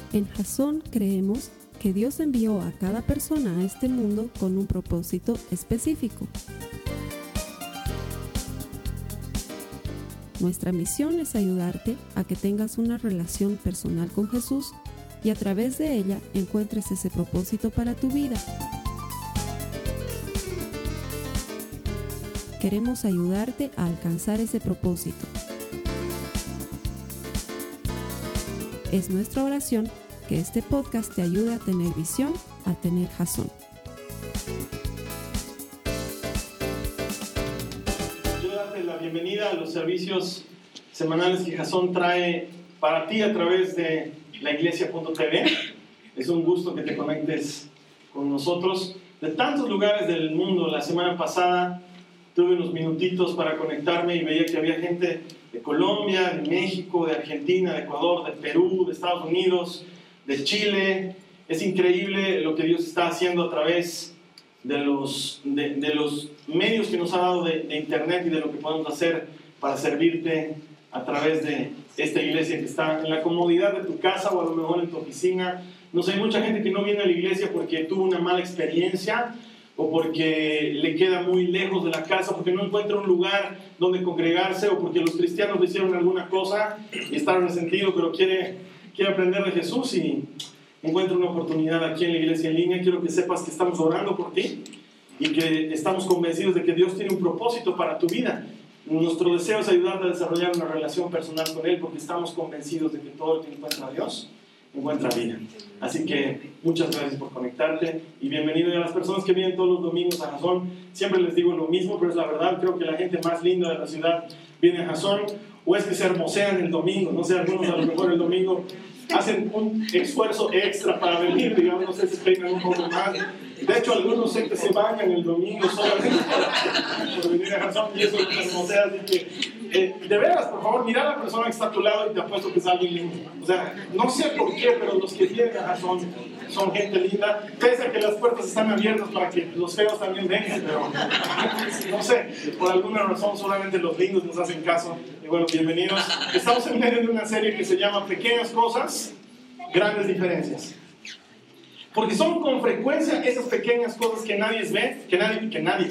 En Jasón creemos que Dios envió a cada persona a este mundo con un propósito específico. Nuestra misión es ayudarte a que tengas una relación personal con Jesús y a través de ella encuentres ese propósito para tu vida. Queremos ayudarte a alcanzar ese propósito. Es nuestra oración que este podcast te ayude a tener visión, a tener Jasón. Quiero darte la bienvenida a los servicios semanales que Jasón trae para ti a través de laiglesia.tv. Es un gusto que te conectes con nosotros de tantos lugares del mundo. La semana pasada tuve unos minutitos para conectarme y veía que había gente de Colombia, de México, de Argentina, de Ecuador, de Perú, de Estados Unidos, de Chile. Es increíble lo que Dios está haciendo a través de los medios que nos ha dado de internet y de lo que podemos hacer para servirte a través de esta iglesia que está en la comodidad de tu casa o a lo mejor en tu oficina. No sé, hay mucha gente que no viene a la iglesia porque tuvo una mala experiencia o porque le queda muy lejos de la casa, porque no encuentra un lugar donde congregarse, o porque los cristianos le hicieron alguna cosa y está resentido, pero quiere aprender de Jesús y encuentra una oportunidad aquí en la iglesia en línea. Quiero que sepas que estamos orando por ti y que estamos convencidos de que Dios tiene un propósito para tu vida. Nuestro deseo es ayudarte a desarrollar una relación personal con Él, porque estamos convencidos de que todo el que encuentra a Dios encuentra vida. Así que muchas gracias por conectarte y bienvenido. Y a las personas que vienen todos los domingos a Jasón, siempre les digo lo mismo, pero es la verdad. Creo que la gente más linda de la ciudad viene a Jasón, o es que se hermosean el domingo. No sé, algunos a lo mejor el domingo hacen un esfuerzo extra para venir, digamos, no sé, se peinan un poco más. De hecho, algunos sé que se bañan el domingo solamente por venir a Jasón, y eso es hermosea. Así que de veras, por favor, mira a la persona que está a tu lado y te apuesto que es alguien lindo. O sea, no sé por qué, pero los que vienen a Jasón son gente linda, pese a que las puertas están abiertas para que los feos también vengan, pero no sé, por alguna razón solamente los lindos nos hacen caso. Y bueno, bienvenidos. Estamos en medio de una serie que se llama Pequeñas Cosas, Grandes Diferencias. Porque son con frecuencia esas pequeñas cosas que nadie ve, que nadie ve. Nadie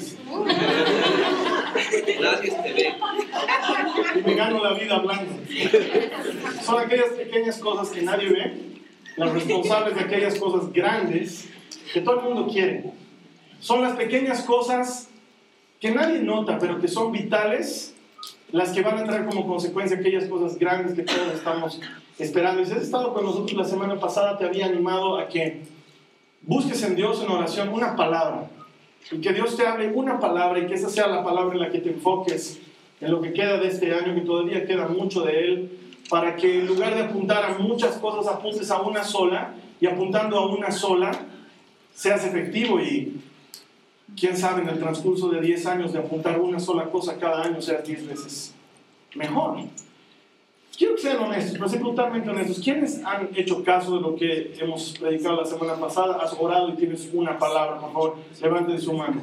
te ve. Y me gano la vida hablando. Son aquellas pequeñas cosas que nadie ve, las responsables de aquellas cosas grandes que todo el mundo quiere. Son las pequeñas cosas que nadie nota, pero que son vitales, las que van a traer como consecuencia aquellas cosas grandes que todos estamos esperando. Y si has estado con nosotros la semana pasada, te había animado a que busques en Dios en oración una palabra, y que Dios te hable una palabra, y que esa sea la palabra en la que te enfoques en lo que queda de este año, que todavía queda mucho de él, para que en lugar de apuntar a muchas cosas, apuntes a una sola, y apuntando a una sola seas efectivo, y quién sabe, en el transcurso de 10 años de apuntar una sola cosa cada año seas 10 veces mejor. Quiero que sean honestos, pero ser brutalmente honestos. ¿Quiénes han hecho caso de lo que hemos predicado la semana pasada? Has orado y tienes una palabra, por favor, levanten su mano.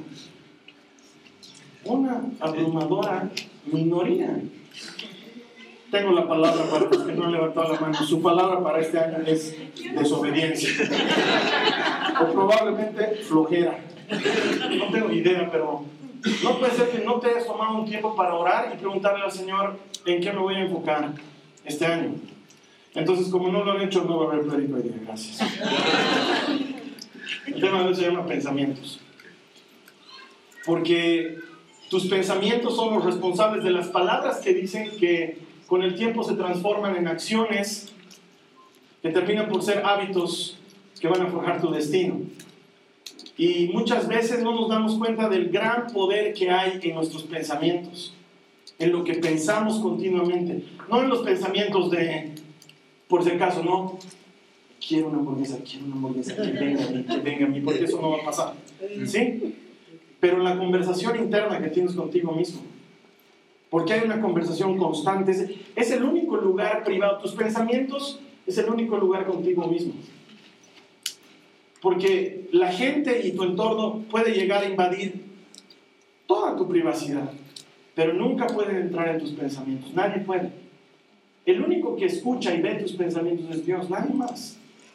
Una abrumadora minoría. Tengo la palabra para los que no han levantado la mano. Su palabra para este año es desobediencia. O probablemente flojera. No tengo idea, pero no puede ser que no te hayas tomado un tiempo para orar y preguntarle al Señor en qué me voy a enfocar este año. Entonces, como no lo han hecho, no va a haber prédica hoy día. Gracias. El tema de hoy se llama pensamientos. Porque tus pensamientos son los responsables de las palabras que dicen que con el tiempo se transforman en acciones que terminan por ser hábitos que van a forjar tu destino. Y muchas veces no nos damos cuenta del gran poder que hay en nuestros pensamientos, en lo que pensamos continuamente, no en los pensamientos de, por si acaso, no, quiero una hamburguesa, que venga a mí, porque eso no va a pasar, ¿sí? Pero en la conversación interna que tienes contigo mismo, porque hay una conversación constante, es el único lugar privado, tus pensamientos es el único lugar contigo mismo. Porque la gente y tu entorno puede llegar a invadir toda tu privacidad, pero nunca pueden entrar en tus pensamientos. Nadie puede. El único que escucha y ve tus pensamientos es Dios, nadie más.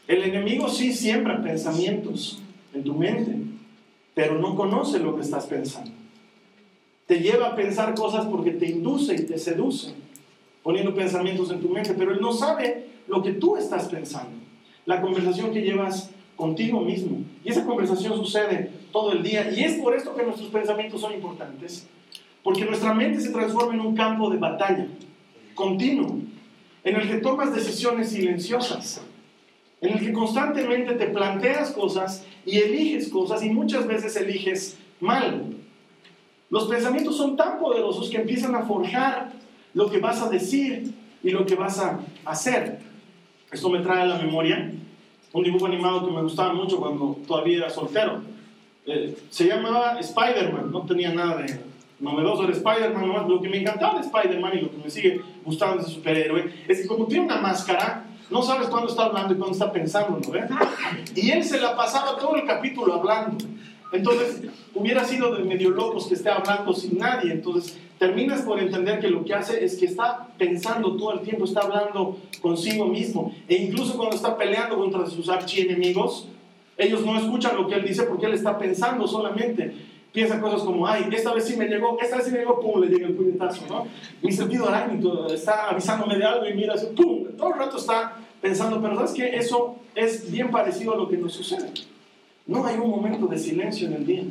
El enemigo sí siembra pensamientos en tu mente, pero no conoce lo que estás pensando. Te lleva a pensar cosas porque te induce y te seduce, poniendo pensamientos en tu mente, pero él no sabe lo que tú estás pensando, la conversación que llevas contigo mismo. Y esa conversación sucede todo el día, y es por esto que nuestros pensamientos son importantes, porque nuestra mente se transforma en un campo de batalla continuo, en el que tomas decisiones silenciosas, en el que constantemente te planteas cosas y eliges cosas, y muchas veces eliges mal. Los pensamientos son tan poderosos que empiezan a forjar lo que vas a decir y lo que vas a hacer. Esto me trae a la memoria un dibujo animado que me gustaba mucho cuando todavía era soltero. Se llamaba Spider-Man, no tenía nada de novedoso, era Spider-Man nomás. Lo que me encantaba de Spider-Man y lo que me sigue gustando de ese superhéroe es que como tiene una máscara, no sabes cuándo está hablando y cuándo está pensando, ¿no? Y él se la pasaba todo el capítulo hablando. Entonces, hubiera sido de medio locos que esté hablando sin nadie. Entonces, terminas por entender que lo que hace es que está pensando todo el tiempo, está hablando consigo mismo. E incluso cuando está peleando contra sus archienemigos, ellos no escuchan lo que él dice porque él está pensando solamente. Piensa cosas como, ay, esta vez sí me llegó, pum, le llega el puñetazo, ¿no? Mi sentido arácnico está avisándome de algo y mira, así, pum, todo el rato está pensando. Pero ¿sabes qué? Eso es bien parecido a lo que nos sucede. No hay un momento de silencio en el día.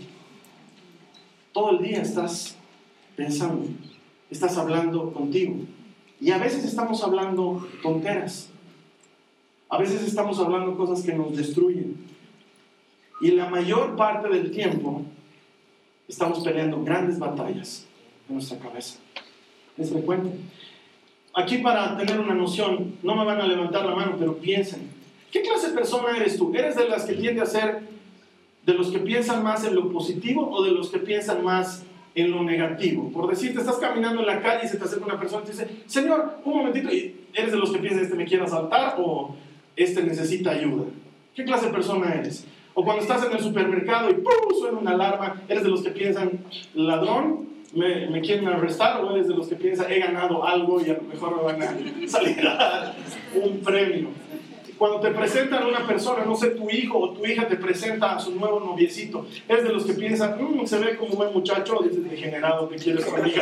Todo el día estás pensando, estás hablando contigo. Y a veces estamos hablando tonteras. A veces estamos hablando cosas que nos destruyen. Y la mayor parte del tiempo estamos peleando grandes batallas en nuestra cabeza. Es frecuente. Aquí, para tener una noción, no me van a levantar la mano, pero piensen. ¿Qué clase de persona eres tú? ¿Eres de las que tiende a ser de los que piensan más en lo positivo o de los que piensan más en lo negativo? Por decirte, estás caminando en la calle y se te acerca una persona y te dice, señor, un momentito, y ¿eres de los que piensan, este me quiere asaltar o este necesita ayuda? ¿Qué clase de persona eres? O cuando estás en el supermercado y ¡pum!, suena una alarma, ¿eres de los que piensan, ladrón, me quieren arrestar? ¿O eres de los que piensan, he ganado algo y a lo mejor me van a salir a dar un premio? Cuando te presentan a una persona, no sé, tu hijo o tu hija te presenta a su nuevo noviecito, eres de los que piensan, se ve como un buen muchacho, es degenerado que quieres conmigo.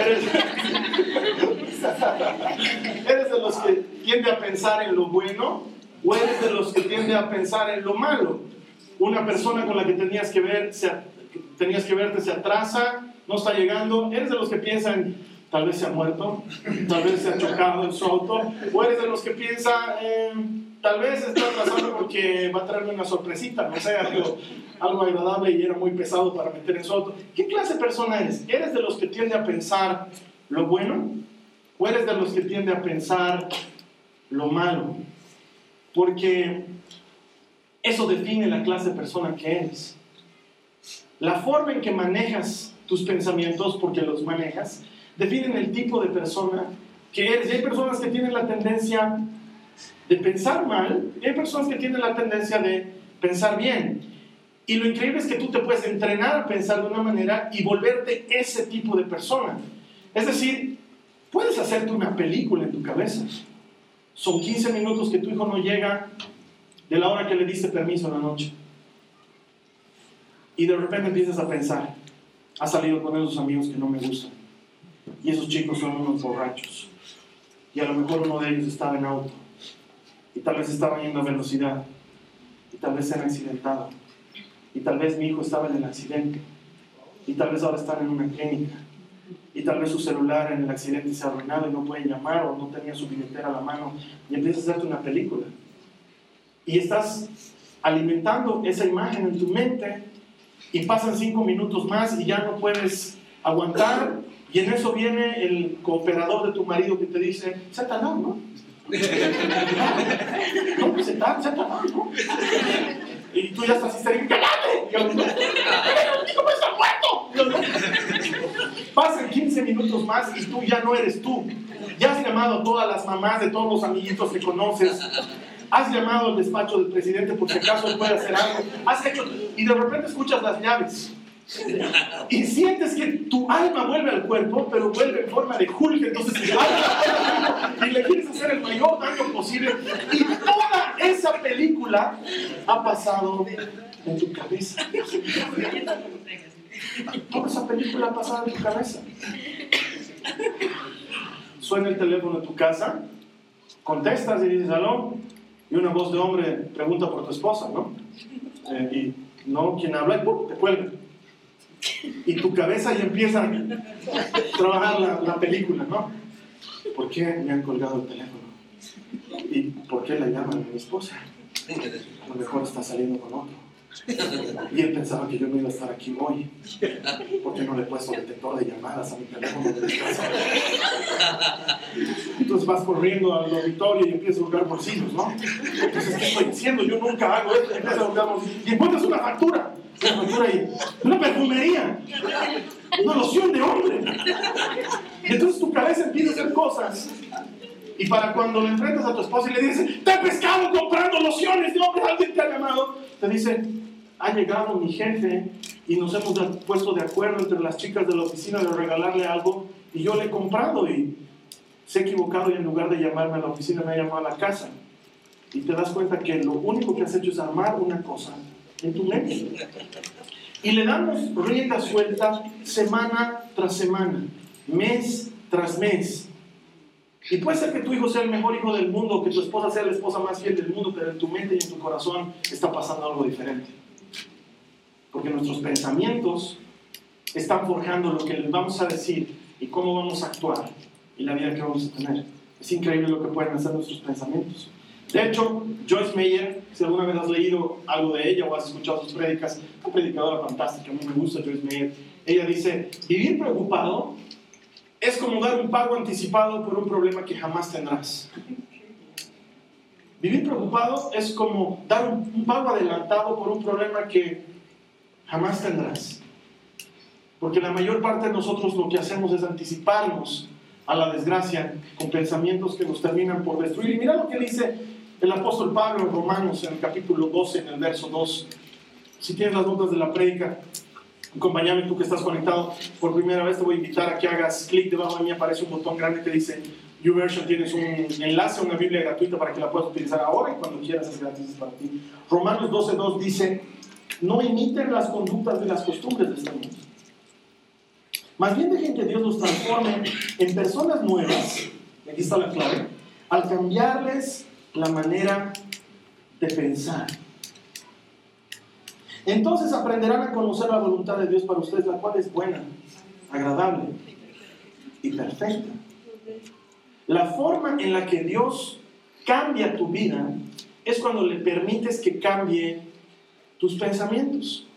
¿Eres de los que tiende a pensar en lo bueno o eres de los que tiende a pensar en lo malo? Una persona con la que tenías que verte se atrasa, no está llegando. ¿Eres de los que piensan, tal vez se ha muerto, tal vez se ha chocado en su auto? ¿O eres de los que piensan, tal vez está atrasando porque va a traerme una sorpresita, no sé, algo agradable y era muy pesado para meter en su auto? ¿Qué clase de persona eres? ¿Eres de los que tiende a pensar lo bueno o eres de los que tiende a pensar lo malo? Porque eso define la clase de persona que eres. La forma en que manejas tus pensamientos, porque los manejas, definen el tipo de persona que eres. Y hay personas que tienen la tendencia de pensar mal, y hay personas que tienen la tendencia de pensar bien. Y lo increíble es que tú te puedes entrenar a pensar de una manera y volverte ese tipo de persona. Es decir, puedes hacerte una película en tu cabeza. Son 15 minutos que tu hijo no llega de la hora que le diste permiso en la noche. Y de repente empiezas a pensar, ha salido con esos amigos que no me gustan. Y esos chicos son unos borrachos. Y a lo mejor uno de ellos estaba en auto. Y tal vez estaba yendo a velocidad. Y tal vez se han accidentado. Y tal vez mi hijo estaba en el accidente. Y tal vez ahora están en una clínica. Y tal vez su celular en el accidente se ha arruinado y no puede llamar o no tenía su billetera a la mano. Y empiezas a hacerte una película. Y estás alimentando esa imagen en tu mente y pasan 5 minutos más y ya no puedes aguantar. Y en eso viene el cooperador de tu marido que te dice, Satanás, ¿no? No, pues Satanás, ¿no? Y tú ya estás histérico, ¡cállate! Y el tipo está muerto. Pasan 15 minutos más y tú ya no eres tú. Ya has llamado a todas las mamás de todos los amiguitos que conoces. Has llamado al despacho del presidente por si acaso él puede hacer algo. Has hecho, y de repente escuchas las llaves. Y sientes que tu alma vuelve al cuerpo, pero vuelve en forma de Hulk. Entonces y le quieres hacer el mayor daño posible. Y toda esa película ha pasado en tu cabeza. Toda esa película ha pasado en tu cabeza. Suena el teléfono de tu casa, contestas y dices aló, y una voz de hombre pregunta por tu esposa, ¿no? Y no, ¿quién habla? Y ¡pum!, te cuelga. Y tu cabeza ya empieza a trabajar la película, ¿no? ¿Por qué me han colgado el teléfono? ¿Y por qué la llaman a mi esposa? A lo mejor está saliendo con otro. Y él pensaba que yo no iba a estar aquí hoy. ¿Por qué no le he puesto detector de llamadas a mi teléfono de mi casa? Entonces vas corriendo al auditorio y empiezas a buscar bolsillos, ¿no? Entonces, ¿qué estoy diciendo? Yo nunca hago esto. Y empiezas a buscar bolsillos. Y encuentras una factura ahí, una perfumería, una loción de hombre. Y entonces tu cabeza empieza a hacer cosas. Y para cuando le enfrentas a tu esposa y le dices, te he pescado comprando lociones de hombre, alguien te ha llamado, te dice, ha llegado mi jefe y nos hemos puesto de acuerdo entre las chicas de la oficina de regalarle algo, y yo le he comprado y se ha equivocado, y en lugar de llamarme a la oficina me ha llamado a la casa. Y te das cuenta que lo único que has hecho es armar una cosa en tu mente. Y le damos rienda suelta semana tras semana, mes tras mes. Y puede ser que tu hijo sea el mejor hijo del mundo, que tu esposa sea la esposa más fiel del mundo, pero en tu mente y en tu corazón está pasando algo diferente. Porque nuestros pensamientos están forjando lo que les vamos a decir y cómo vamos a actuar y la vida que vamos a tener. Es increíble lo que pueden hacer nuestros pensamientos. De hecho, Joyce Meyer, si alguna vez has leído algo de ella o has escuchado sus prédicas, una predicadora fantástica, a mí me gusta Joyce Meyer. Ella dice, vivir preocupado es como dar un pago anticipado por un problema que jamás tendrás. Vivir preocupado es como dar un pago adelantado por un problema que jamás tendrás. Porque la mayor parte de nosotros lo que hacemos es anticiparnos a la desgracia con pensamientos que nos terminan por destruir. Y mira lo que dice el apóstol Pablo en Romanos, en el capítulo 12, en el verso 2. Si tienes las notas de la prédica, acompáñame, tú que estás conectado por primera vez, te voy a invitar a que hagas clic. Debajo de mí aparece un botón grande que dice YouVersion. Tienes un enlace a una Biblia gratuita para que la puedas utilizar ahora y cuando quieras, es gratis para ti. Romanos 12:2 dice, no imiten las conductas ni las costumbres de este mundo. Más bien dejen que Dios los transforme en personas nuevas, y aquí está la clave, al cambiarles la manera de pensar. Entonces aprenderán a conocer la voluntad de Dios para ustedes, la cual es buena, agradable y perfecta. La forma en la que Dios cambia tu vida es cuando le permites que cambie tus pensamientos.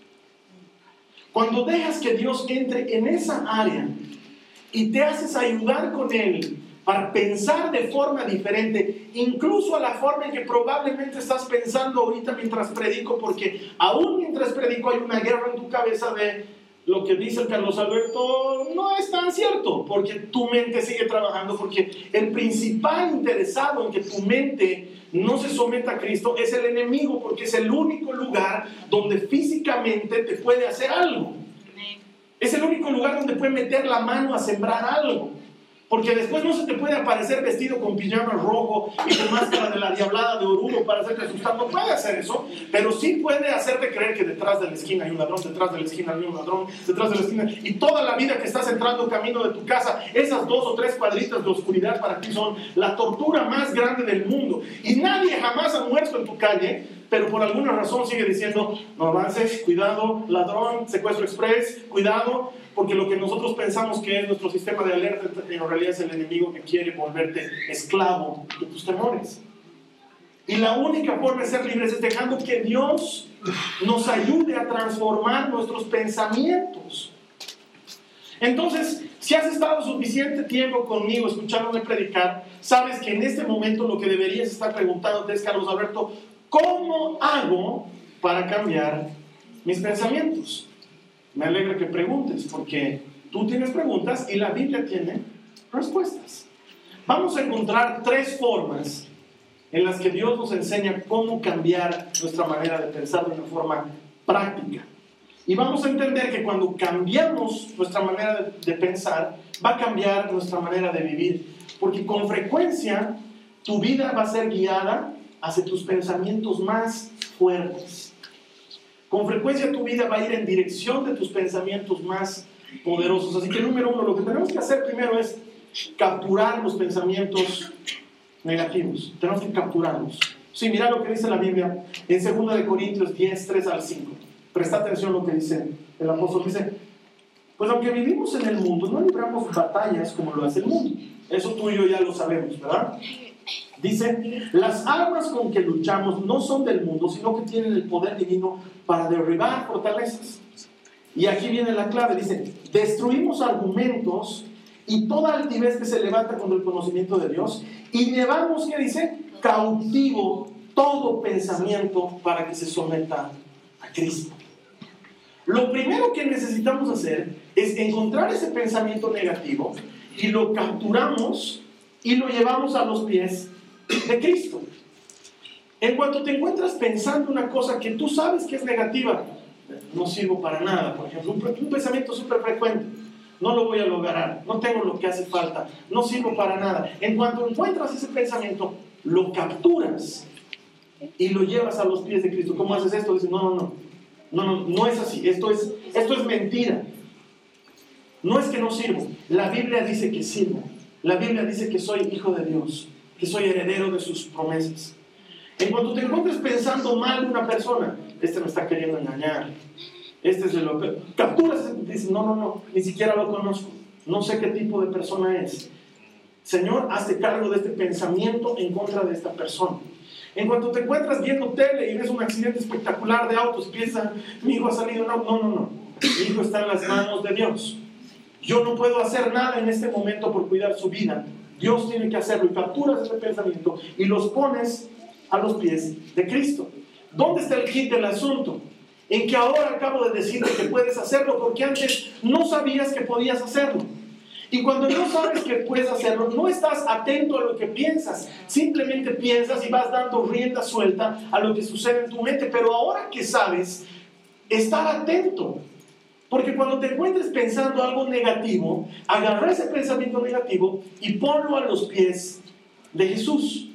Cuando dejas que Dios entre en esa área y te haces ayudar con Él para pensar de forma diferente, incluso a la forma en que probablemente estás pensando ahorita mientras predico, porque aún mientras predico hay una guerra en tu cabeza de lo que dice el Carlos Alberto no es tan cierto, porque tu mente sigue trabajando, porque el principal interesado en que tu mente no se someta a Cristo es el enemigo, porque es el único lugar donde físicamente te puede hacer algo. Es el único lugar donde puede meter la mano a sembrar algo. Porque después no se te puede aparecer vestido con pijama rojo y con máscara de la diablada de Oruro para hacerte asustar. No puede hacer eso, pero sí puede hacerte creer que detrás de la esquina hay un ladrón, detrás de la esquina hay un ladrón, detrás de la esquina. Y toda la vida que estás entrando camino de tu casa, esas 2 o 3 cuadritas de oscuridad para ti son la tortura más grande del mundo. Y nadie jamás ha muerto en tu calle, pero por alguna razón sigue diciendo, no avances, cuidado, ladrón, secuestro express, cuidado. Porque lo que nosotros pensamos que es nuestro sistema de alerta, en realidad es el enemigo que quiere volverte esclavo de tus temores. Y la única forma de ser libres es dejando que Dios nos ayude a transformar nuestros pensamientos. Entonces, si has estado suficiente tiempo conmigo escuchándome predicar, sabes que en este momento lo que deberías estar preguntándote es, Carlos Alberto, ¿cómo hago para cambiar mis pensamientos? Me alegra que preguntes, porque tú tienes preguntas y la Biblia tiene respuestas. Vamos a encontrar 3 formas en las que Dios nos enseña cómo cambiar nuestra manera de pensar de una forma práctica. Y vamos a entender que cuando cambiamos nuestra manera de pensar, va a cambiar nuestra manera de vivir. Porque con frecuencia tu vida va a ser guiada hacia tus pensamientos más fuertes. Con frecuencia tu vida va a ir en dirección de tus pensamientos más poderosos. Así que número uno, lo que tenemos que hacer primero es capturar los pensamientos negativos. Tenemos que capturarlos. Sí, mira lo que dice la Biblia en 2 Corintios 10, 3 al 5. Presta atención a lo que dice el apóstol. Dice, pues aunque vivimos en el mundo, no libramos batallas como lo hace el mundo. Eso tú y yo ya lo sabemos, ¿verdad? Dice, las armas con que luchamos no son del mundo, sino que tienen el poder divino para derribar fortalezas. Y aquí viene la clave, dice, destruimos argumentos y toda altivez que se levanta contra el conocimiento de Dios y llevamos, ¿qué dice? Cautivo todo pensamiento para que se someta a Cristo. Lo primero que necesitamos hacer es encontrar ese pensamiento negativo y lo capturamos y lo llevamos a los pies de Cristo. En cuanto te encuentras pensando una cosa que tú sabes que es negativa, no sirvo para nada, por ejemplo, un pensamiento súper frecuente, no lo voy a lograr, no tengo lo que hace falta, no sirvo para nada. En cuanto encuentras ese pensamiento, lo capturas y lo llevas a los pies de Cristo. ¿Cómo haces esto? Dices, no es así, esto es mentira. No es que no sirvo, la Biblia dice que sirvo, la Biblia dice que soy hijo de Dios, que soy heredero de sus promesas. En cuanto te encuentres pensando mal de una persona, este me está queriendo engañar, este es de lo que... Capturas, dices, no, ni siquiera lo conozco, no sé qué tipo de persona es. Señor, hazte cargo de este pensamiento en contra de esta persona. En cuanto te encuentras viendo tele y ves un accidente espectacular de autos y piensas, mi hijo ha salido, no, mi hijo está en las manos de Dios. Yo no puedo hacer nada en este momento por cuidar su vida. Dios tiene que hacerlo, y capturas ese pensamiento y los pones a los pies de Cristo. ¿Dónde está el kit del asunto? En que ahora acabo de decirte que puedes hacerlo porque antes no sabías que podías hacerlo. Y cuando no sabes que puedes hacerlo, no estás atento a lo que piensas. Simplemente piensas y vas dando rienda suelta a lo que sucede en tu mente. Pero ahora que sabes, estar atento. Porque cuando te encuentres pensando algo negativo, agarra ese pensamiento negativo y ponlo a los pies de Jesús.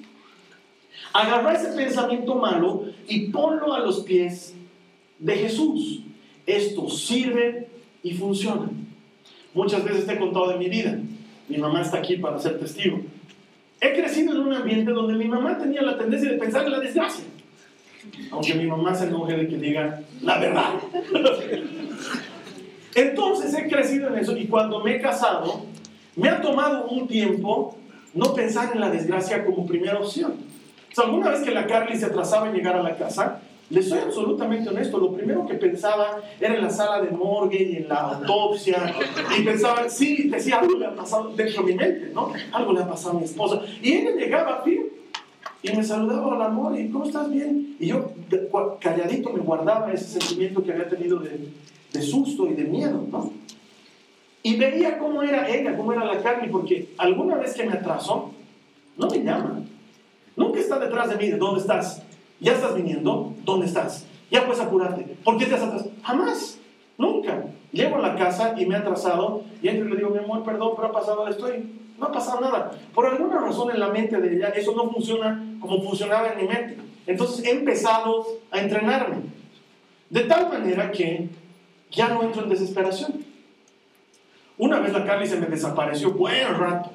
Agarra ese pensamiento malo y ponlo a los pies de Jesús. Esto sirve y funciona. Muchas veces te he contado de mi vida. Mi mamá está aquí para ser testigo. He crecido en un ambiente donde mi mamá tenía la tendencia de pensar en la desgracia. Aunque mi mamá se enoje de que diga la verdad. Entonces he crecido en eso, y cuando me he casado, me ha tomado un tiempo no pensar en la desgracia como primera opción. O sea, alguna vez que la Carly se atrasaba en llegar a la casa, le soy absolutamente honesto, lo primero que pensaba era en la sala de morgue y en la autopsia, y pensaba, sí, decía, algo le ha pasado dentro de mi mente, ¿no? Algo le ha pasado a mi esposa. Y ella llegaba, ¿sí? Y me saludaba, al amor, ¿y cómo estás? Bien. Y yo calladito me guardaba ese sentimiento que había tenido de susto y de miedo, ¿no? Y veía cómo era ella, cómo era la Carly, porque alguna vez que me atraso, no me llama. Nunca está detrás de mí, ¿de dónde estás? ¿Ya estás viniendo? ¿Dónde estás? Ya puedes apurarte. ¿Por qué te has atrasado? Jamás, nunca. Llego a la casa y me he atrasado, y entro y le digo, mi amor, perdón, pero ha pasado esto, y no ha pasado nada. Por alguna razón en la mente de ella, eso no funciona como funcionaba en mi mente. Entonces he empezado a entrenarme. De tal manera que ya no entro en desesperación. Una vez la Carly se me desapareció buen rato.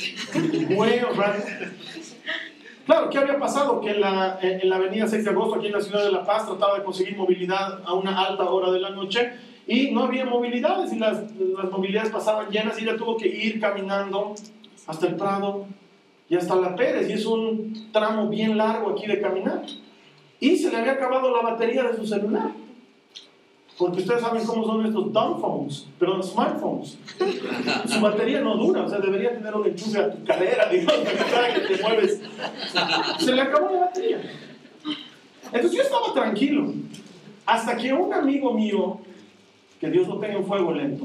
Claro, ¿qué había pasado? Que en la avenida 6 de agosto, aquí en la ciudad de La Paz, trataba de conseguir movilidad a una alta hora de la noche y no había movilidades, y las movilidades pasaban llenas, y ella tuvo que ir caminando hasta el Prado y hasta La Pérez, y es un tramo bien largo aquí de caminar. Y se le había acabado la batería de su celular. Porque ustedes saben cómo son estos smartphones. Su batería no dura, o sea, debería tener un enchufe a tu cadera, digamos, para que te mueves. Se le acabó la batería. Entonces yo estaba tranquilo, hasta que un amigo mío, que Dios lo tenga en fuego lento,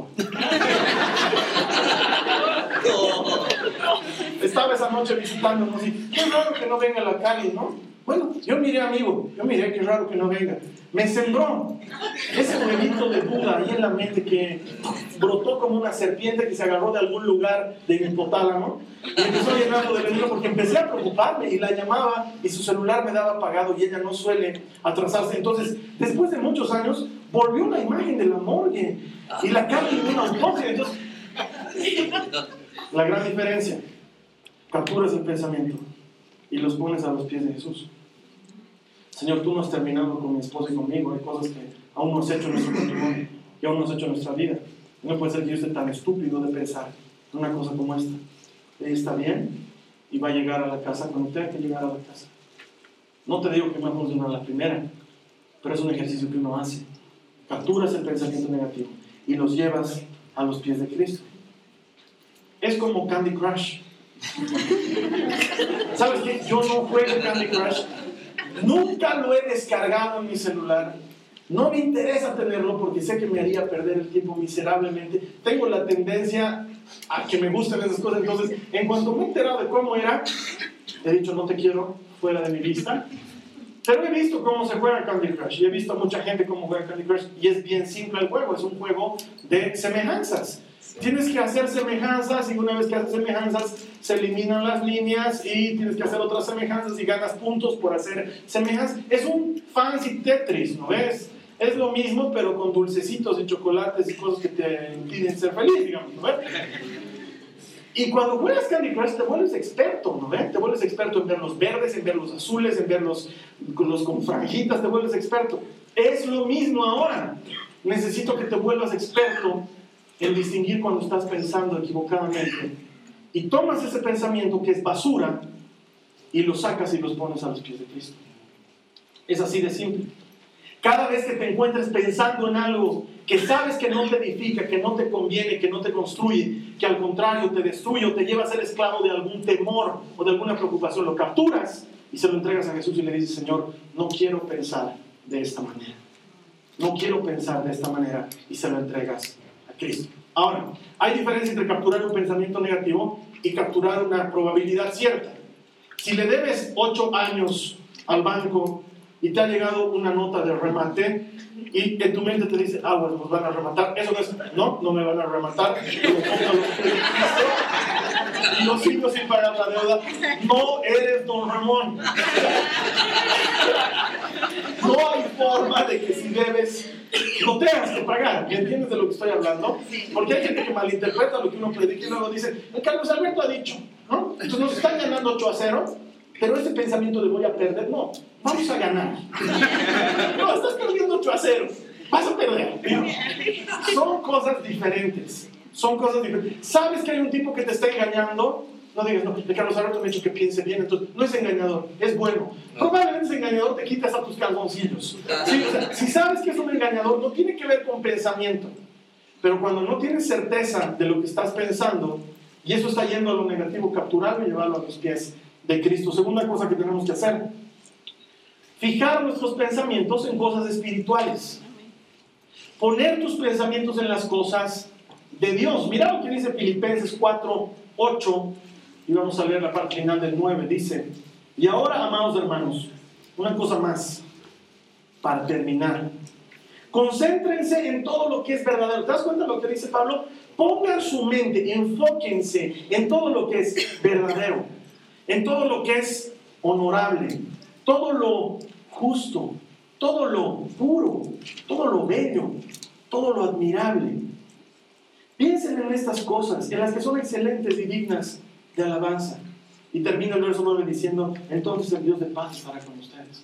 estaba esa noche visitándonos y qué raro que no venga la Cali, ¿no? Bueno, yo miré, amigo, qué raro que no venga. me sembró ese huevito de duda ahí en la mente que brotó como una serpiente que se agarró de algún lugar de mi hipotálamo y empezó a llenarlo de veneno porque empecé a preocuparme y la llamaba y su celular me daba apagado y ella no suele atrasarse. Entonces, después de muchos años, volvió la imagen de la morgue y la carne de una autopsia. Entonces, la gran diferencia, capturas el pensamiento y los pones a los pies de Jesús. Señor, tú no has terminado con mi esposa y conmigo. Hay cosas que aún no has hecho en nuestro matrimonio y aún no has hecho en nuestra vida. No puede ser que yo esté tan estúpido de pensar una cosa como esta. Ella está bien y va a llegar a la casa cuando tenga que llegar a la casa. No te digo que me va a funcionar la primera, pero es un ejercicio que uno hace. Capturas el pensamiento negativo y los llevas a los pies de Cristo. Es como Candy Crush. ¿Sabes qué? Yo no juego Candy Crush. Nunca lo he descargado en mi celular. No me interesa tenerlo porque sé que me haría perder el tiempo miserablemente. Tengo la tendencia a que me gusten esas cosas. Entonces, en cuanto me he enterado de cómo era, he dicho, no te quiero fuera de mi vista. Pero he visto cómo se juega Candy Crush. Y he visto a mucha gente cómo juega Candy Crush. Y es bien simple el juego. Es un juego de semejanzas. Tienes que hacer semejanzas y una vez que haces semejanzas se eliminan las líneas y tienes que hacer otras semejanzas y ganas puntos por hacer semejanzas. Es un fancy Tetris, ¿no ves? Es lo mismo pero con dulcecitos y chocolates y cosas que te impiden ser feliz, digamos, ¿no ves? Y cuando juegas Candy Crush te vuelves experto, ¿no ves? Te vuelves experto en ver los verdes, en ver los azules, en ver los con franjitas, te vuelves experto. Es lo mismo ahora. Necesito que te vuelvas experto en distinguir cuando estás pensando equivocadamente y tomas ese pensamiento que es basura y lo sacas y los pones a los pies de Cristo. Es así de simple. Cada vez que te encuentres pensando en algo que sabes que no te edifica, que no te conviene, que no te construye, que al contrario te destruye o te lleva a ser esclavo de algún temor o de alguna preocupación, lo capturas y se lo entregas a Jesús y le dices, Señor, no quiero pensar de esta manera. No quiero pensar de esta manera y se lo entregas a Cristo. Ahora, hay diferencia entre capturar un pensamiento negativo y capturar una probabilidad cierta. Si le debes 8 años al banco y te ha llegado una nota de remate y en tu mente te dice, bueno, nos van a rematar, eso no es, no me van a rematar, y yo sigo sin pagar la deuda. No eres don Ramón. No hay forma de que si debes no tengas que pagar. ¿Me entiendes de lo que estoy hablando? Porque hay gente que malinterpreta lo que uno predica y luego dice, Carlos Alberto ha dicho, ¿no? Entonces nos están ganando 8-0, pero ese pensamiento de voy a perder, no, vamos a ganar. No, estás perdiendo 8-0, vas a perder. Son cosas diferentes. Son cosas diferentes. ¿Sabes que hay un tipo que te está engañando? No digas, no, de Carlos Alberto me ha dicho que piense bien, entonces no es engañador, es bueno. Probablemente es engañador, te quitas a tus calzoncillos. ¿Sí? O sea, si sabes que es un engañador, no tiene que ver con pensamiento. Pero cuando no tienes certeza de lo que estás pensando, y eso está yendo a lo negativo, capturarlo y llevarlo a los pies de Cristo. Segunda cosa que tenemos que hacer, fijar nuestros pensamientos en cosas espirituales. Poner tus pensamientos en las cosas de Dios. Mira lo que dice Filipenses 4:8. Y vamos a leer la parte final del 9. Dice, y ahora, amados hermanos, una cosa más para terminar. Concéntrense en todo lo que es verdadero. ¿Te das cuenta de lo que dice Pablo? Pongan su mente, enfóquense en todo lo que es verdadero, en todo lo que es honorable, todo lo justo, todo lo puro, todo lo bello, todo lo admirable. Piensen en estas cosas, en las que son excelentes y dignas de alabanza. Y termina el verso 9 diciendo, entonces el Dios de paz estará con ustedes.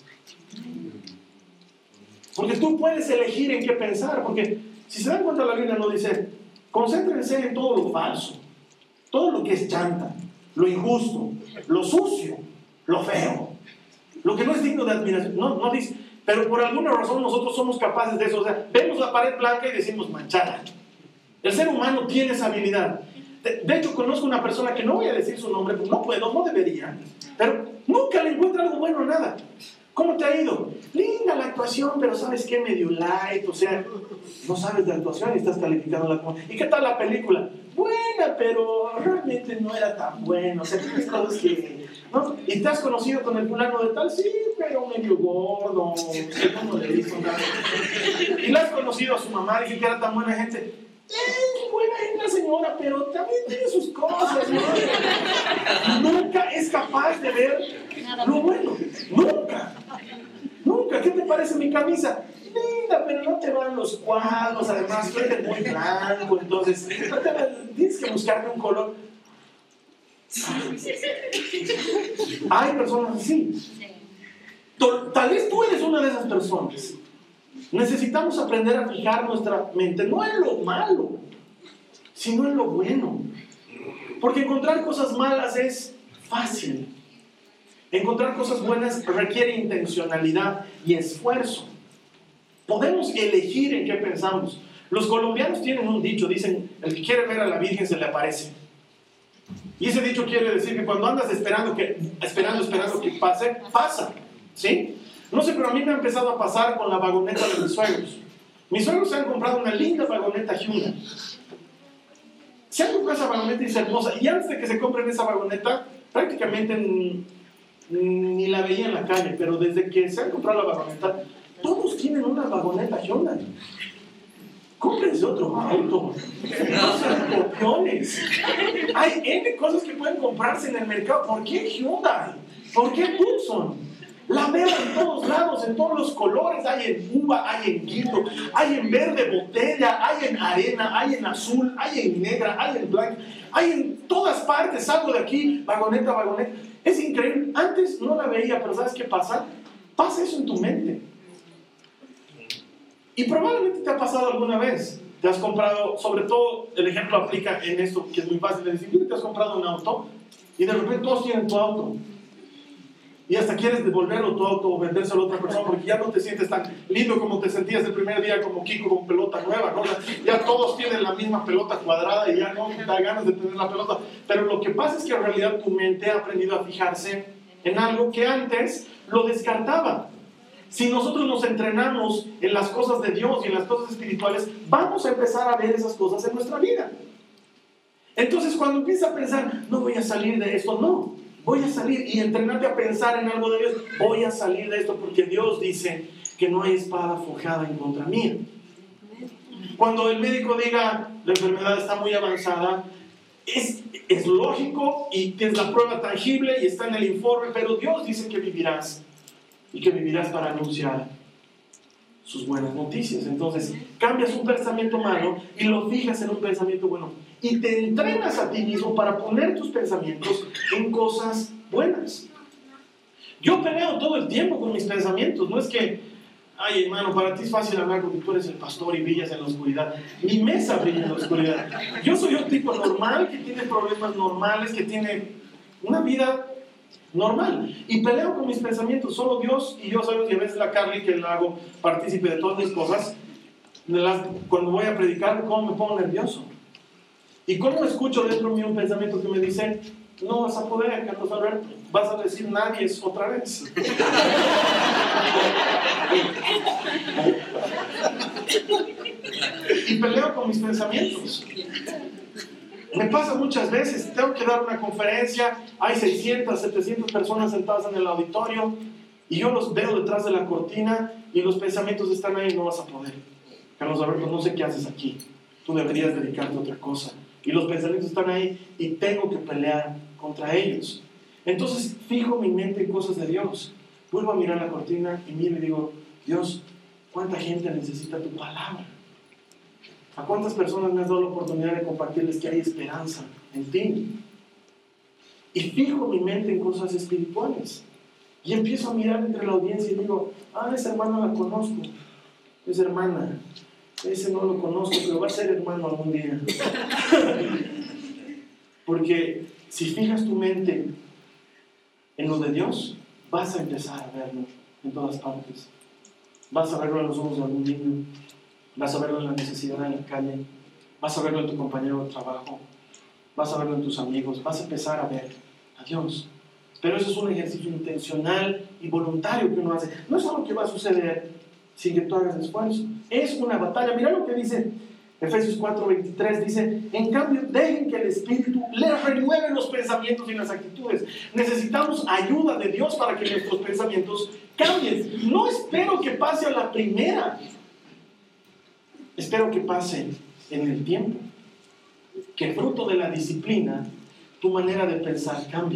Porque tú puedes elegir en qué pensar, porque si se dan cuenta la Biblia no dice, concéntrense en todo lo falso, todo lo que es chanta, lo injusto, lo sucio, lo feo, lo que no es digno de admiración. No dice, pero por alguna razón nosotros somos capaces de eso. O sea, vemos la pared blanca y decimos manchada. El ser humano tiene esa habilidad. De hecho, conozco una persona que no voy a decir su nombre, pues no puedo, no debería, pero nunca le encuentra algo bueno a nada. ¿Cómo te ha ido? Linda la actuación, pero ¿sabes qué? Medio light, o sea, no sabes de actuación y estás calificándola como... ¿Y qué tal la película? Buena, pero realmente no era tan buena, o sea, tienes cosas que ¿no? ¿Y te has conocido con el fulano de tal? Sí, pero medio gordo, no le hizo nada. ¿Y le has conocido a su mamá? Dice que era tan buena gente. Buena gente la señora, pero también tiene sus cosas, ¿no? Nunca es capaz de ver lo bueno. Nunca. ¿Qué te parece mi camisa? Linda, pero no te van los cuadros. Además, tú eres muy blanco, entonces tienes que buscarte un color. Hay personas así. Tal vez tú eres una de esas personas. Necesitamos aprender a fijar nuestra mente no en lo malo, sino en lo bueno. Porque encontrar cosas malas es fácil. Encontrar cosas buenas requiere intencionalidad y esfuerzo. Podemos elegir en qué pensamos. Los colombianos tienen un dicho, dicen, el que quiere ver a la Virgen se le aparece. Y ese dicho quiere decir que cuando andas esperando que pase, pasa. ¿Sí? No sé, pero a mí me ha empezado a pasar con la vagoneta de mis suegros. Mis suegros se han comprado una linda vagoneta Hyundai. Se han comprado esa vagoneta y es hermosa. Y antes de que se compren esa vagoneta, prácticamente ni la veía en la calle. Pero desde que se han comprado la vagoneta, todos tienen una vagoneta Hyundai. Cómprense otro auto. No sean copiones. Hay N cosas que pueden comprarse en el mercado. ¿Por qué Hyundai? ¿Por qué Tucson? La veo en todos lados, en todos los colores. Hay en uva, hay en guindo, hay en verde botella, hay en arena, hay en azul, hay en negra, hay en blanca, hay en todas partes. Salgo de aquí, vagoneta. Es increíble. Antes no la veía, pero ¿sabes qué pasa? Pasa eso en tu mente. Y probablemente te ha pasado alguna vez. Te has comprado, sobre todo el ejemplo aplica en esto que es muy fácil de decir. Te has comprado un auto y de repente todos tienen tu auto. Y hasta quieres devolverlo tu auto o vendérselo a otra persona porque ya no te sientes tan lindo como te sentías el primer día como Kiko con pelota nueva, ¿no? Ya todos tienen la misma pelota cuadrada y ya no te da ganas de tener la pelota. Pero lo que pasa es que en realidad tu mente ha aprendido a fijarse en algo que antes lo descartaba. Si nosotros nos entrenamos en las cosas de Dios y en las cosas espirituales, vamos a empezar a ver esas cosas en nuestra vida. Entonces cuando empiezas a pensar, no voy a salir de esto, no. Voy a salir y entrenarte a pensar en algo de Dios. Voy a salir de esto porque Dios dice que no hay espada forjada en contra mía. Cuando el médico diga la enfermedad está muy avanzada, es lógico y tienes la prueba tangible y está en el informe, pero Dios dice que vivirás y que vivirás para anunciar sus buenas noticias. Entonces cambias un pensamiento malo y lo fijas en un pensamiento bueno y te entrenas a ti mismo para poner tus pensamientos en cosas buenas. Yo peleo todo el tiempo con mis pensamientos. No es que, ay hermano, para ti es fácil hablar porque tú eres el pastor y brillas en la oscuridad. Mi mesa brilla en la oscuridad. Yo soy un tipo normal que tiene problemas normales, que tiene una vida normal. Y peleo con mis pensamientos. Solo Dios y yo sabemos, y a veces la Carly, que la hago partícipe de todas mis cosas, cuando voy a predicar, cómo me pongo nervioso. Y cómo escucho dentro mío un pensamiento que me dice, no vas a poder, Carlos Alberto, vas a decir nadie es otra vez. Y peleo con mis pensamientos. Me pasa muchas veces, tengo que dar una conferencia, hay 600, 700 personas sentadas en el auditorio y yo los veo detrás de la cortina y los pensamientos están ahí, no vas a poder. Carlos Alberto, no sé qué haces aquí, tú deberías dedicarte a otra cosa. Y los pensamientos están ahí y tengo que pelear contra ellos. Entonces fijo mi mente en cosas de Dios. Vuelvo a mirar la cortina y miro y digo, Dios, ¿cuánta gente necesita tu palabra? ¿A cuántas personas me has dado la oportunidad de compartirles que hay esperanza en ti? Y fijo mi mente en cosas espirituales. Y empiezo a mirar entre la audiencia y digo, esa hermana la conozco. Esa hermana, ese no lo conozco, pero va a ser hermano algún día. Porque si fijas tu mente en lo de Dios, vas a empezar a verlo en todas partes. Vas a verlo en los ojos de algún niño. Vas a verlo en la necesidad en la calle, vas a verlo en tu compañero de trabajo, vas a verlo en tus amigos, vas a empezar a ver a Dios. Pero eso es un ejercicio intencional y voluntario que uno hace. No es algo que va a suceder sin que tú hagas esfuerzo. Es una batalla. Mira lo que dice Efesios 4:23, dice, en cambio, dejen que el Espíritu les renueve los pensamientos y las actitudes. Necesitamos ayuda de Dios para que nuestros pensamientos cambien. No espero que pase a la primera. Espero que pase en el tiempo. Que fruto de la disciplina, tu manera de pensar cambie.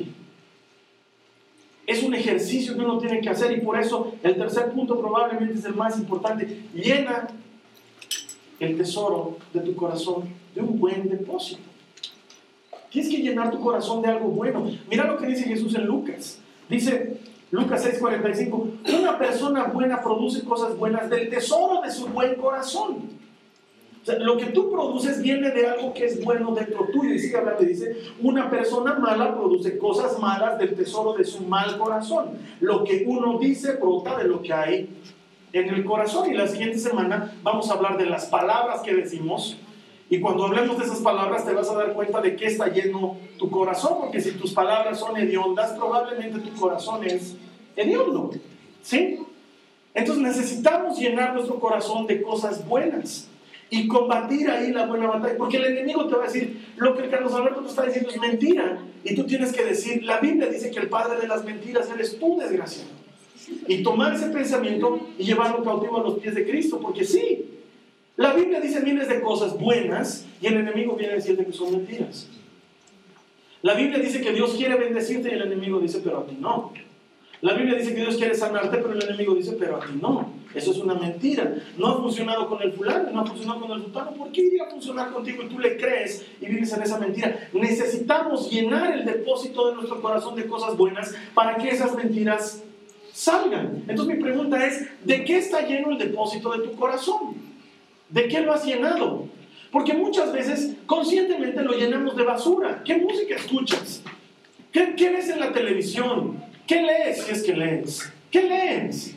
Es un ejercicio que uno tiene que hacer, y por eso el tercer punto probablemente es el más importante. Llena el tesoro de tu corazón de un buen depósito. Tienes que llenar tu corazón de algo bueno. Mira lo que dice Jesús en Lucas. Dice Lucas 6:45, una persona buena produce cosas buenas del tesoro de su buen corazón. O sea, lo que tú produces viene de algo que es bueno dentro tuyo. Y sigue hablando y dice, una persona mala produce cosas malas del tesoro de su mal corazón. Lo que uno dice brota de lo que hay en el corazón. Y la siguiente semana vamos a hablar de las palabras que decimos. Y cuando hablemos de esas palabras te vas a dar cuenta de qué está lleno tu corazón. Porque si tus palabras son hediondas, probablemente tu corazón es hediondo. ¿Sí? Entonces necesitamos llenar nuestro corazón de cosas buenas y combatir ahí la buena batalla, porque el enemigo te va a decir, lo que el Carlos Alberto te está diciendo es mentira, y tú tienes que decir, la Biblia dice que el padre de las mentiras eres tú, desgraciado, y tomar ese pensamiento y llevarlo cautivo a los pies de Cristo, porque sí, la Biblia dice miles de cosas buenas, y el enemigo viene a decirte que son mentiras. La Biblia dice que Dios quiere bendecirte, y el enemigo dice, pero a ti no. La Biblia dice que Dios quiere sanarte, pero el enemigo dice, pero a ti no. Eso es una mentira. No ha funcionado con el fulano, no ha funcionado con el sultano. ¿Por qué iría a funcionar contigo y tú le crees y vives en esa mentira? Necesitamos llenar el depósito de nuestro corazón de cosas buenas para que esas mentiras salgan. Entonces mi pregunta es, ¿de qué está lleno el depósito de tu corazón? ¿De qué lo has llenado? Porque muchas veces conscientemente lo llenamos de basura. ¿Qué música escuchas? ¿Qué ves en la televisión? ¿Qué lees si es que lees? ¿Qué lees?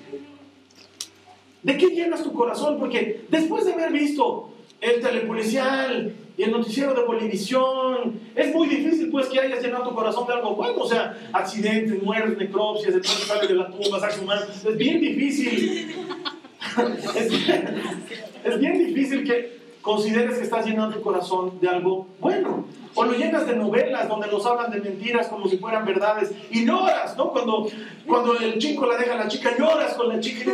¿De qué llenas tu corazón? Porque después de haber visto el telepolicial y el noticiero de Bolivisión, es muy difícil pues que hayas llenado tu corazón de algo bueno. O sea, accidentes, muertes, necropsias, el padre sale de la tumba, sexo humano. Es bien difícil. Es bien difícil que consideres que estás llenando tu corazón de algo bueno. O lo llenas de novelas donde nos hablan de mentiras como si fueran verdades y lloras, ¿no? Cuando el chico la deja a la chica, lloras con la chica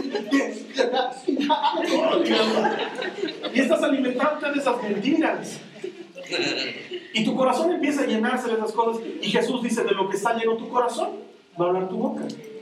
y estás alimentándote de esas mentiras y tu corazón empieza a llenarse de esas cosas, y Jesús dice, de lo que está lleno tu corazón va a hablar tu boca.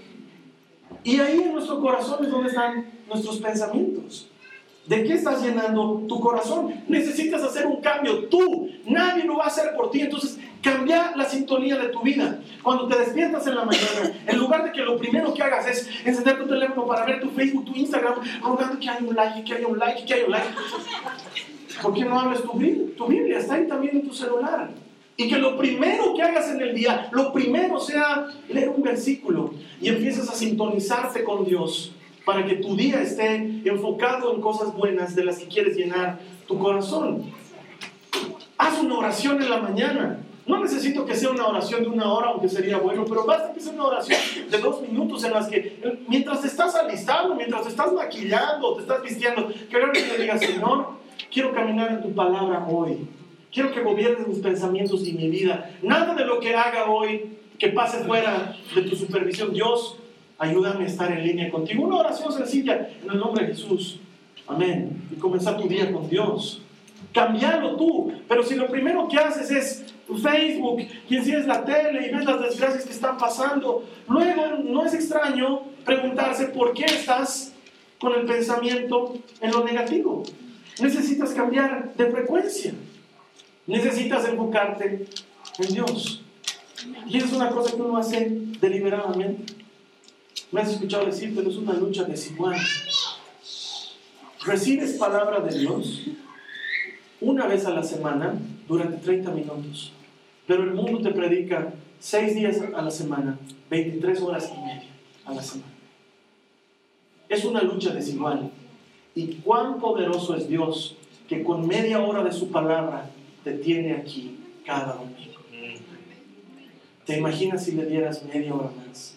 Y ahí en nuestro corazón es donde están nuestros pensamientos. ¿De qué estás llenando tu corazón? Necesitas hacer un cambio tú. Nadie lo va a hacer por ti. Entonces, cambia la sintonía de tu vida. Cuando te despiertas en la mañana, en lugar de que lo primero que hagas es encender tu teléfono para ver tu Facebook, tu Instagram, rogando que haya un like, que haya un like, que haya un like. ¿Por qué no abres tu Biblia? Está ahí también en tu celular. Y que lo primero que hagas en el día, lo primero sea leer un versículo y empieces a sintonizarte con Dios, para que tu día esté enfocado en cosas buenas de las que quieres llenar tu corazón. Haz una oración en la mañana. No necesito que sea una oración de 1 hora, aunque sería bueno, pero basta que sea una oración de 2 minutos en las que, mientras te estás alistando, mientras te estás maquillando, te estás vistiendo, que le digas, Señor, quiero caminar en tu palabra hoy. Quiero que gobiernes mis pensamientos y mi vida. Nada de lo que haga hoy que pase fuera de tu supervisión. Dios, ayúdame a estar en línea contigo. Una oración sencilla en el nombre de Jesús. Amén. Y comenzar tu día con Dios. Cambialo tú. Pero si lo primero que haces es tu Facebook y enciendes la tele y ves las desgracias que están pasando, luego no es extraño preguntarse por qué estás con el pensamiento en lo negativo. Necesitas cambiar de frecuencia. Necesitas enfocarte en Dios. Y esa es una cosa que uno hace deliberadamente. Me has escuchado decir, pero es una lucha desigual. Recibes palabra de Dios una vez a la semana durante 30 minutos. Pero el mundo te predica 6 días a la semana, 23 horas y media a la semana. Es una lucha desigual. Y cuán poderoso es Dios, que con media hora de su palabra te tiene aquí cada domingo. ¿Te imaginas si le dieras media hora más?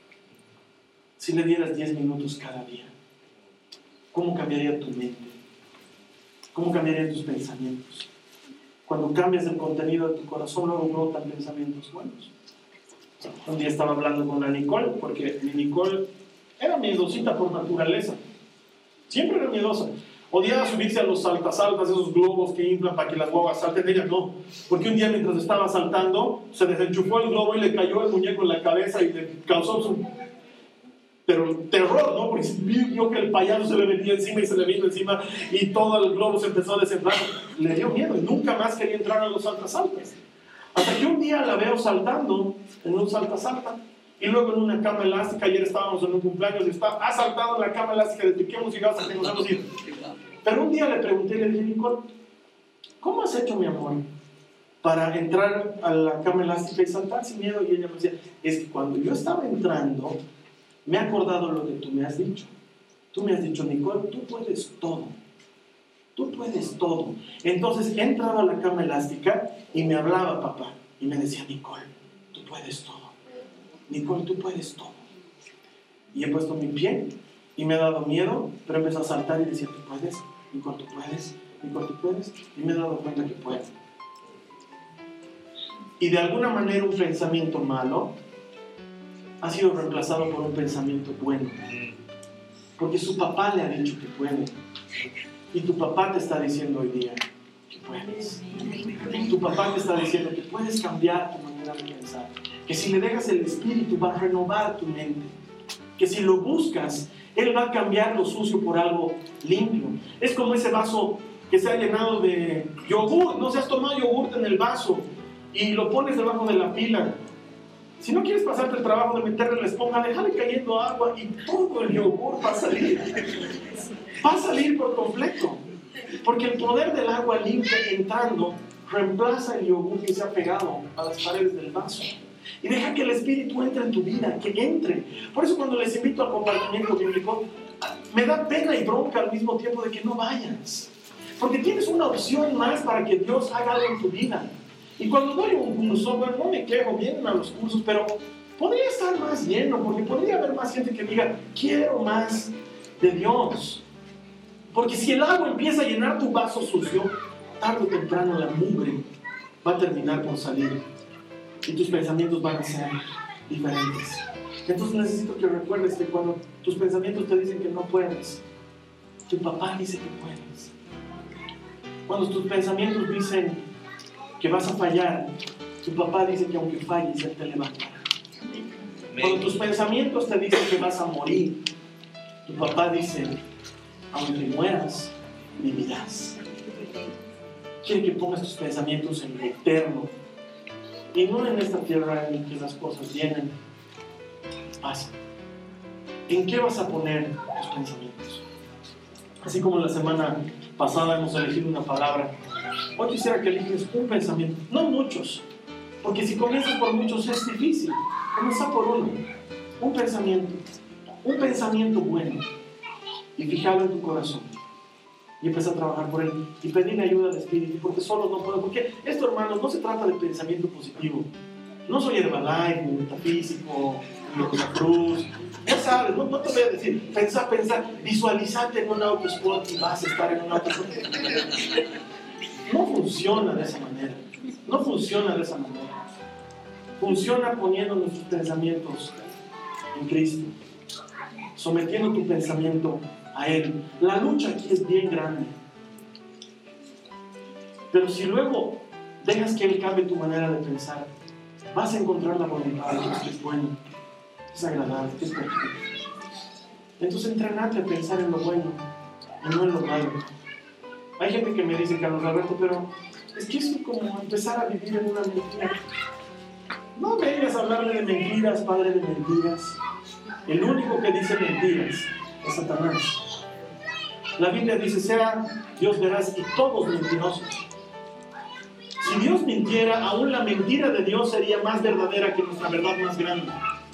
Si le dieras 10 minutos cada día, ¿cómo cambiaría tu mente? ¿Cómo cambiarían tus pensamientos? Cuando cambias el contenido de tu corazón, luego brotan pensamientos buenos. Un día estaba hablando con la Nicole, porque mi Nicole era miedosita por naturaleza. Siempre era miedosa. Odiaba subirse a los saltasaltas, esos globos que inflan para que las guaguas salten. Ella no, porque un día mientras estaba saltando, se desenchufó el globo y le cayó el muñeco en la cabeza y le causó su... Pero terror, ¿no? Porque vio que el payaso se le venía encima y se le vino encima y todo el globo se empezó a desenflar. Le dio miedo y nunca más quería entrar a los saltasaltas. Hasta que un día la veo saltando en un saltasalta y luego en una cama elástica. Ayer estábamos en un cumpleaños y ha saltado en la cama elástica desde que hemos llegado hasta que nos hemos ido. Pero un día le pregunté, le dije, Nicole, ¿cómo has hecho, mi amor, para entrar a la cama elástica y saltar sin miedo? Y ella me decía, es que cuando yo estaba entrando, me he acordado lo que tú me has dicho. Tú me has dicho, Nicole, tú puedes todo. Tú puedes todo. Entonces he entrado a la cama elástica y me hablaba papá. Y me decía, Nicole, tú puedes todo. Nicole, tú puedes todo. Y he puesto mi pie y me ha dado miedo, pero empezó a saltar y decía, tú puedes, Nicole, tú puedes, Nicole, tú puedes. Y me he dado cuenta que puedo. Y de alguna manera un pensamiento malo ha sido reemplazado por un pensamiento bueno. Porque su papá le ha dicho que puede. Y tu papá te está diciendo hoy día que puedes. Tu papá te está diciendo que puedes cambiar tu manera de pensar. Que si le dejas el Espíritu va a renovar tu mente. Que si lo buscas, Él va a cambiar lo sucio por algo limpio. Es como ese vaso que se ha llenado de yogur. No se has tomado yogur en el vaso y lo pones debajo de la pila. Si no quieres pasarte el trabajo de meterle la esponja, déjale cayendo agua y todo el yogur va a salir. Va a salir por completo. Porque el poder del agua limpia entrando reemplaza el yogur que se ha pegado a las paredes del vaso. Y deja que el Espíritu entre en tu vida, que entre. Por eso cuando les invito al compartimiento bíblico, me da pena y bronca al mismo tiempo de que no vayas. Porque tienes una opción más para que Dios haga algo en tu vida. Y cuando doy un curso, bueno, no me quejo, vienen a los cursos, pero podría estar más lleno, porque podría haber más gente que diga, quiero más de Dios. Porque si el agua empieza a llenar tu vaso sucio, tarde o temprano la mugre va a terminar por salir. Y tus pensamientos van a ser diferentes. Entonces necesito que recuerdes que cuando tus pensamientos te dicen que no puedes, tu papá dice que puedes. Cuando tus pensamientos dicen que vas a fallar, tu papá dice que aunque falles, Él te levantará. Cuando tus pensamientos te dicen que vas a morir, tu papá dice, aunque mueras, vivirás. Quiere que pongas tus pensamientos en lo eterno y no en esta tierra en que las cosas vienen, pasan. ¿En qué vas a poner tus pensamientos? Así como la semana pasada hemos elegido una palabra, hoy quisiera que eliges un pensamiento, no muchos, porque si comienzas por muchos es difícil. Comienza por uno, un pensamiento bueno, y fijarlo en tu corazón y empieza a trabajar por él y pedirle ayuda al Espíritu, porque solo no puedo. Porque esto, hermanos, no se trata de pensamiento positivo. No soy Herbalife, ni metafísico, ni cruz. Ya sabes, no te voy a decir pensar, visualizate en un auto sport y vas a estar en un auto sport. No funciona de esa manera. No funciona de esa manera. Funciona poniendo nuestros pensamientos en Cristo, sometiendo tu pensamiento a Él. La lucha aquí es bien grande. Pero si luego dejas que Él cambie tu manera de pensar, vas a encontrar la voluntad de Dios, que es bueno, es agradable, que es perfecto. Entonces entrenate a pensar en lo bueno y no en lo malo. Hay gente que me dice, Carlos Alberto, pero es que es como empezar a vivir en una mentira. No vengas a hablarme de mentiras, padre de mentiras. El único que dice mentiras es Satanás. La Biblia dice, sea Dios veraz y todos mentirosos. Si Dios mintiera, aún la mentira de Dios sería más verdadera que nuestra verdad más grande.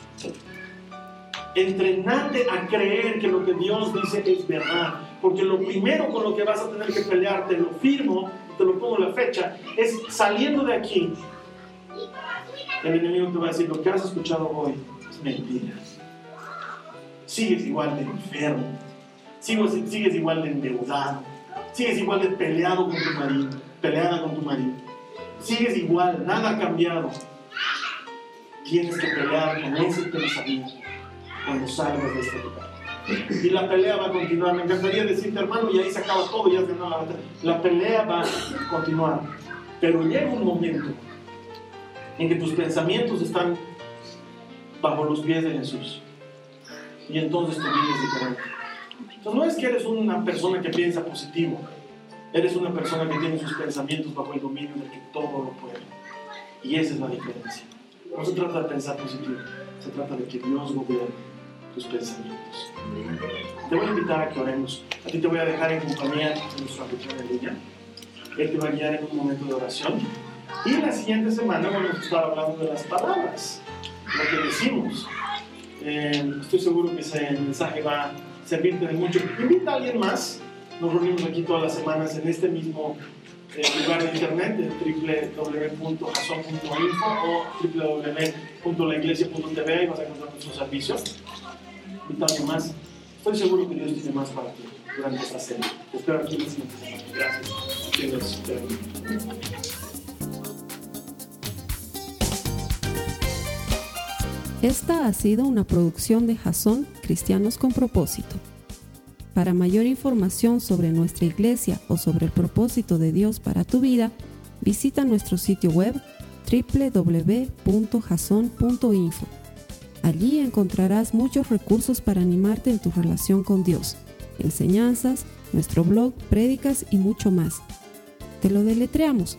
Entrenate a creer que lo que Dios dice es verdad, porque lo primero con lo que vas a tener que pelear, te lo firmo, te lo pongo la fecha, es saliendo de aquí. El enemigo te va a decir, lo que has escuchado hoy es mentira. Sigues igual de enfermo, sigues igual de endeudado, sigues igual de peleado con tu marido, peleada con tu marido. Sigues igual, nada ha cambiado. Tienes que pelear con ese pensamiento cuando salgas de este lugar. Y la pelea va a continuar. Me encantaría decirte, hermano, y ahí se acaba todo, ya se ganó la batalla. La pelea va a continuar. Pero llega un momento en que tus pensamientos están bajo los pies de Jesús. Y entonces tu vida es diferente. Entonces no es que eres una persona que piensa positivo. Eres una persona que tiene sus pensamientos bajo el dominio del que todo lo puede. Y esa es la diferencia. No se trata de pensar positivo. Se trata de que Dios gobierne tus pensamientos. Te voy a invitar a que oremos. A ti te voy a dejar en compañía de nuestro anfitrión en línea. Él te va a guiar en un momento de oración. Y la siguiente semana vamos a estar hablando de las palabras, lo que decimos. Estoy seguro que ese mensaje va a servirte de mucho. Invita a alguien más. Nos reunimos aquí todas las semanas en este mismo lugar de internet, www.jason.info o www.laiglesia.tv, y vas a encontrar nuestros servicios. Invita a alguien más. Estoy seguro que Dios tiene más para ti durante esta serie. Te espero aquí en la siguiente semana. Gracias. Que Dios te bendiga. Esta ha sido una producción de Jason Cristianos con Propósito. Para mayor información sobre nuestra iglesia o sobre el propósito de Dios para tu vida, visita nuestro sitio web www.jason.info. Allí encontrarás muchos recursos para animarte en tu relación con Dios, enseñanzas, nuestro blog, prédicas y mucho más. Te lo deletreamos: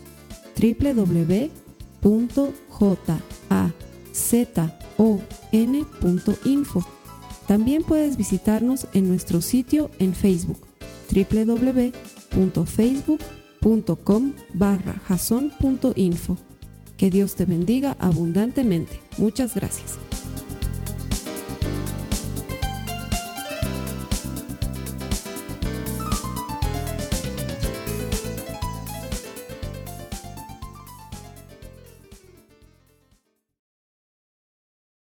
www.jazon.info. También puedes visitarnos en nuestro sitio en Facebook, www.facebook.com/jason.info. Que Dios te bendiga abundantemente. Muchas gracias.